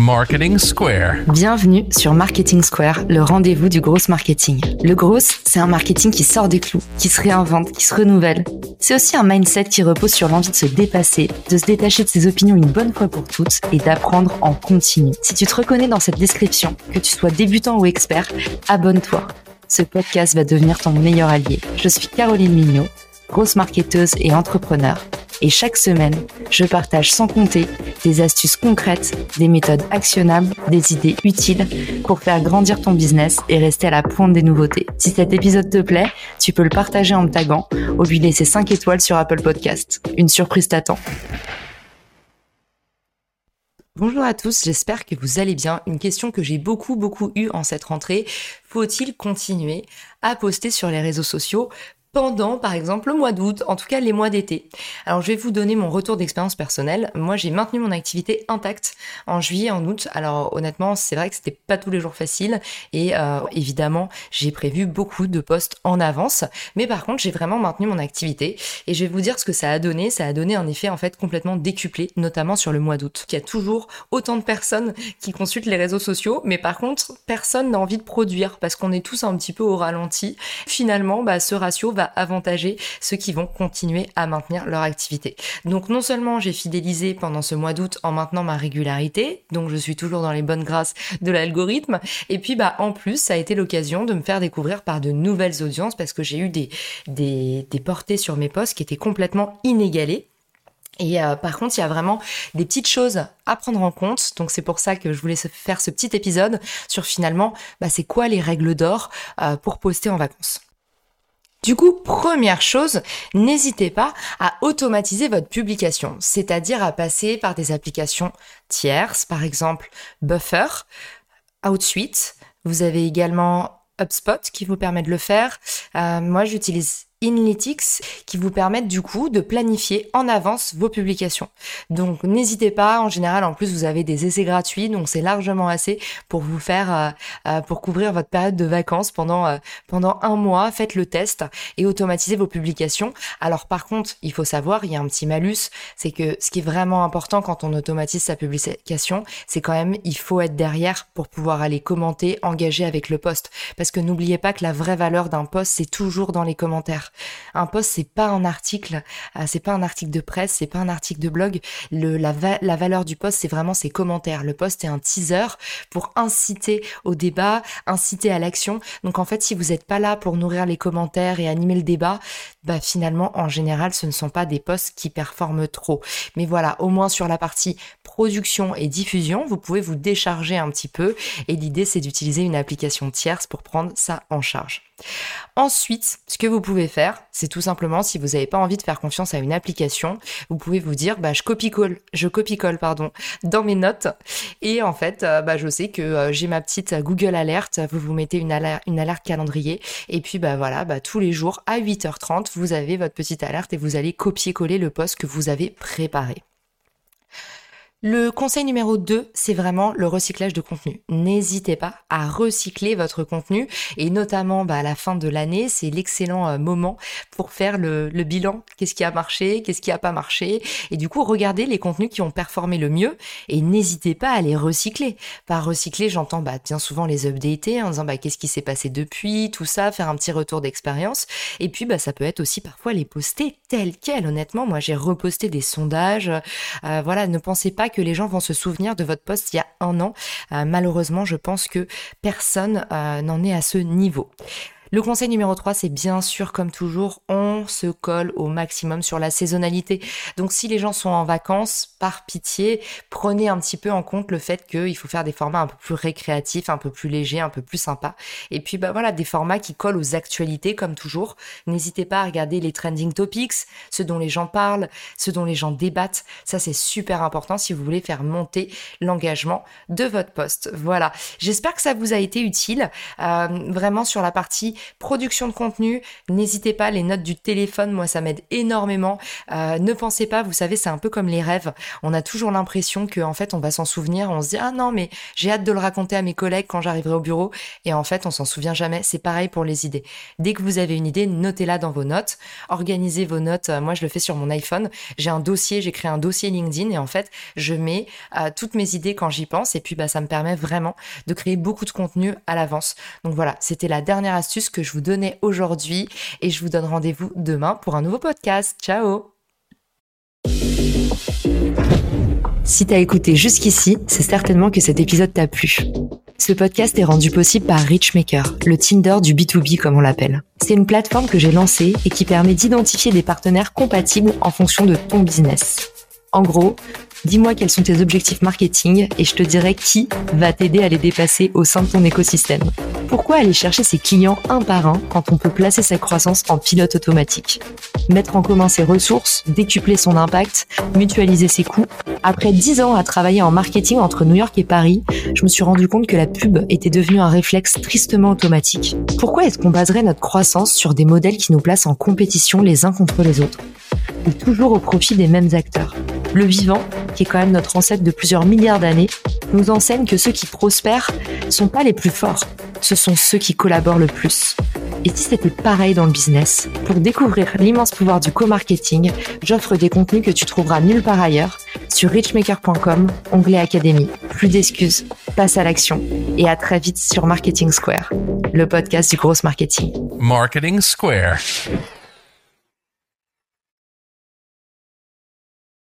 Marketing Square. Bienvenue sur Marketing Square, le rendez-vous du gros marketing. Le gros, c'est un marketing qui sort des clous, qui se réinvente, qui se renouvelle. C'est aussi un mindset qui repose sur l'envie de se dépasser, de se détacher de ses opinions une bonne fois pour toutes et d'apprendre en continu. Si tu te reconnais dans cette description, que tu sois débutant ou expert, abonne-toi. Ce podcast va devenir ton meilleur allié. Je suis Caroline Mignot, grosse marketeuse et entrepreneur. Et chaque semaine, je partage sans compter des astuces concrètes, des méthodes actionnables, des idées utiles pour faire grandir ton business et rester à la pointe des nouveautés. Si cet épisode te plaît, tu peux le partager en me taguant ou lui laisser 5 étoiles sur Apple Podcast. Une surprise t'attend. Bonjour à tous, j'espère que vous allez bien. Une question que j'ai beaucoup eue en cette rentrée. Faut-il continuer à poster sur les réseaux sociaux pendant, par exemple, le mois d'août, en tout cas les mois d'été? Alors, je vais vous donner mon retour d'expérience personnelle. Moi, j'ai maintenu mon activité intacte en juillet, en août. Alors, honnêtement, c'est vrai que c'était pas tous les jours facile et évidemment, j'ai prévu beaucoup de posts en avance. Mais par contre, j'ai vraiment maintenu mon activité et je vais vous dire ce que ça a donné. Ça a donné un effet en fait complètement décuplé, notamment sur le mois d'août. Il y a toujours autant de personnes qui consultent les réseaux sociaux, mais par contre, personne n'a envie de produire parce qu'on est tous un petit peu au ralenti. Finalement, ce ratio va avantager ceux qui vont continuer à maintenir leur activité. Donc non seulement j'ai fidélisé pendant ce mois d'août en maintenant ma régularité, donc je suis toujours dans les bonnes grâces de l'algorithme, et puis en plus ça a été l'occasion de me faire découvrir par de nouvelles audiences parce que j'ai eu des portées sur mes posts qui étaient complètement inégalées. Et par contre, il y a vraiment des petites choses à prendre en compte. Donc c'est pour ça que je voulais faire ce petit épisode sur finalement c'est quoi les règles d'or pour poster en vacances. Du coup, première chose, n'hésitez pas à automatiser votre publication, c'est-à-dire à passer par des applications tierces, par exemple Buffer, Outsuite. Vous avez également HubSpot qui vous permet de le faire. Moi, j'utilise Inlytics qui vous permettent du coup de planifier en avance vos publications. Donc n'hésitez pas, en général en plus vous avez des essais gratuits, donc c'est largement assez pour vous faire pour couvrir votre période de vacances pendant un mois. Faites le test et automatisez vos publications. Alors par contre, il faut savoir, il y a un petit malus, c'est que ce qui est vraiment important quand on automatise sa publication, c'est quand même il faut être derrière pour pouvoir aller commenter, engager avec le post, parce que n'oubliez pas que la vraie valeur d'un post c'est toujours dans les commentaires. Un post, c'est pas un article de presse, c'est pas un article de blog. La valeur du post, c'est vraiment ses commentaires. Le post est un teaser pour inciter au débat, inciter à l'action. Donc en fait, si vous n'êtes pas là pour nourrir les commentaires et animer le débat, finalement, en général, ce ne sont pas des posts qui performent trop. Mais voilà, au moins sur la partie production et diffusion, vous pouvez vous décharger un petit peu. Et l'idée, c'est d'utiliser une application tierce pour prendre ça en charge. Ensuite, ce que vous pouvez faire, c'est tout simplement, si vous n'avez pas envie de faire confiance à une application, vous pouvez vous dire, je copie-colle, dans mes notes. Et en fait, je sais que j'ai ma petite Google Alert. Vous mettez une alerte calendrier. Et puis, tous les jours à 8h30, vous avez votre petite alerte et vous allez copier-coller le post que vous avez préparé. Le conseil numéro 2, c'est vraiment le recyclage de contenu. N'hésitez pas à recycler votre contenu et notamment à la fin de l'année, c'est l'excellent moment pour faire le bilan. Qu'est-ce qui a marché, qu'est-ce qui a pas marché, et du coup regardez les contenus qui ont performé le mieux et n'hésitez pas à les recycler. Par recycler, j'entends bien souvent les updater en disant qu'est-ce qui s'est passé depuis, tout ça, faire un petit retour d'expérience. Et puis ça peut être aussi parfois les poster tels quels. Honnêtement, moi j'ai reposté des sondages. Ne pensez pas que les gens vont se souvenir de votre post il y a un an. Malheureusement, je pense que personne n'en est à ce niveau. Le conseil numéro 3, c'est bien sûr, comme toujours, on se colle au maximum sur la saisonnalité. Donc, si les gens sont en vacances, par pitié, prenez un petit peu en compte le fait qu'il faut faire des formats un peu plus récréatifs, un peu plus légers, un peu plus sympas. Et puis, des formats qui collent aux actualités, comme toujours. N'hésitez pas à regarder les trending topics, ce dont les gens parlent, ce dont les gens débattent. Ça, c'est super important si vous voulez faire monter l'engagement de votre post. Voilà. J'espère que ça vous a été utile, vraiment sur la partie production de contenu, n'hésitez pas, les notes du téléphone, moi ça m'aide énormément. Ne pensez pas, vous savez, c'est un peu comme les rêves. On a toujours l'impression qu'en fait on va s'en souvenir, on se dit ah non mais j'ai hâte de le raconter à mes collègues quand j'arriverai au bureau, et en fait on s'en souvient jamais. C'est pareil pour les idées. Dès que vous avez une idée, notez-la dans vos notes, organisez vos notes. Moi je le fais sur mon iPhone, j'ai créé un dossier LinkedIn et en fait je mets toutes mes idées quand j'y pense, et puis ça me permet vraiment de créer beaucoup de contenu à l'avance. Donc voilà, c'était la dernière astuce que je vous donnais aujourd'hui, et je vous donne rendez-vous demain pour un nouveau podcast. Ciao! Si t'as écouté jusqu'ici, c'est certainement que cet épisode t'a plu. Ce podcast est rendu possible par Richmaker, le Tinder du B2B comme on l'appelle. C'est une plateforme que j'ai lancée et qui permet d'identifier des partenaires compatibles en fonction de ton business. En gros, dis-moi quels sont tes objectifs marketing et je te dirai qui va t'aider à les dépasser au sein de ton écosystème. Pourquoi aller chercher ses clients un par un quand on peut placer sa croissance en pilote automatique? Mettre en commun ses ressources, décupler son impact, mutualiser ses coûts. Après 10 ans à travailler en marketing entre New York et Paris, je me suis rendu compte que la pub était devenue un réflexe tristement automatique. Pourquoi est-ce qu'on baserait notre croissance sur des modèles qui nous placent en compétition les uns contre les autres? Et toujours au profit des mêmes acteurs. Le vivant, qui est quand même notre ancêtre de plusieurs milliards d'années, nous enseigne que ceux qui prospèrent sont pas les plus forts, ce sont ceux qui collaborent le plus. Et si c'était pareil dans le business? Pour découvrir l'immense pouvoir du co-marketing, j'offre des contenus que tu trouveras nulle part ailleurs sur richmaker.com, onglet Académie. Plus d'excuses, passe à l'action et à très vite sur Marketing Square, le podcast du gros marketing. Marketing Square.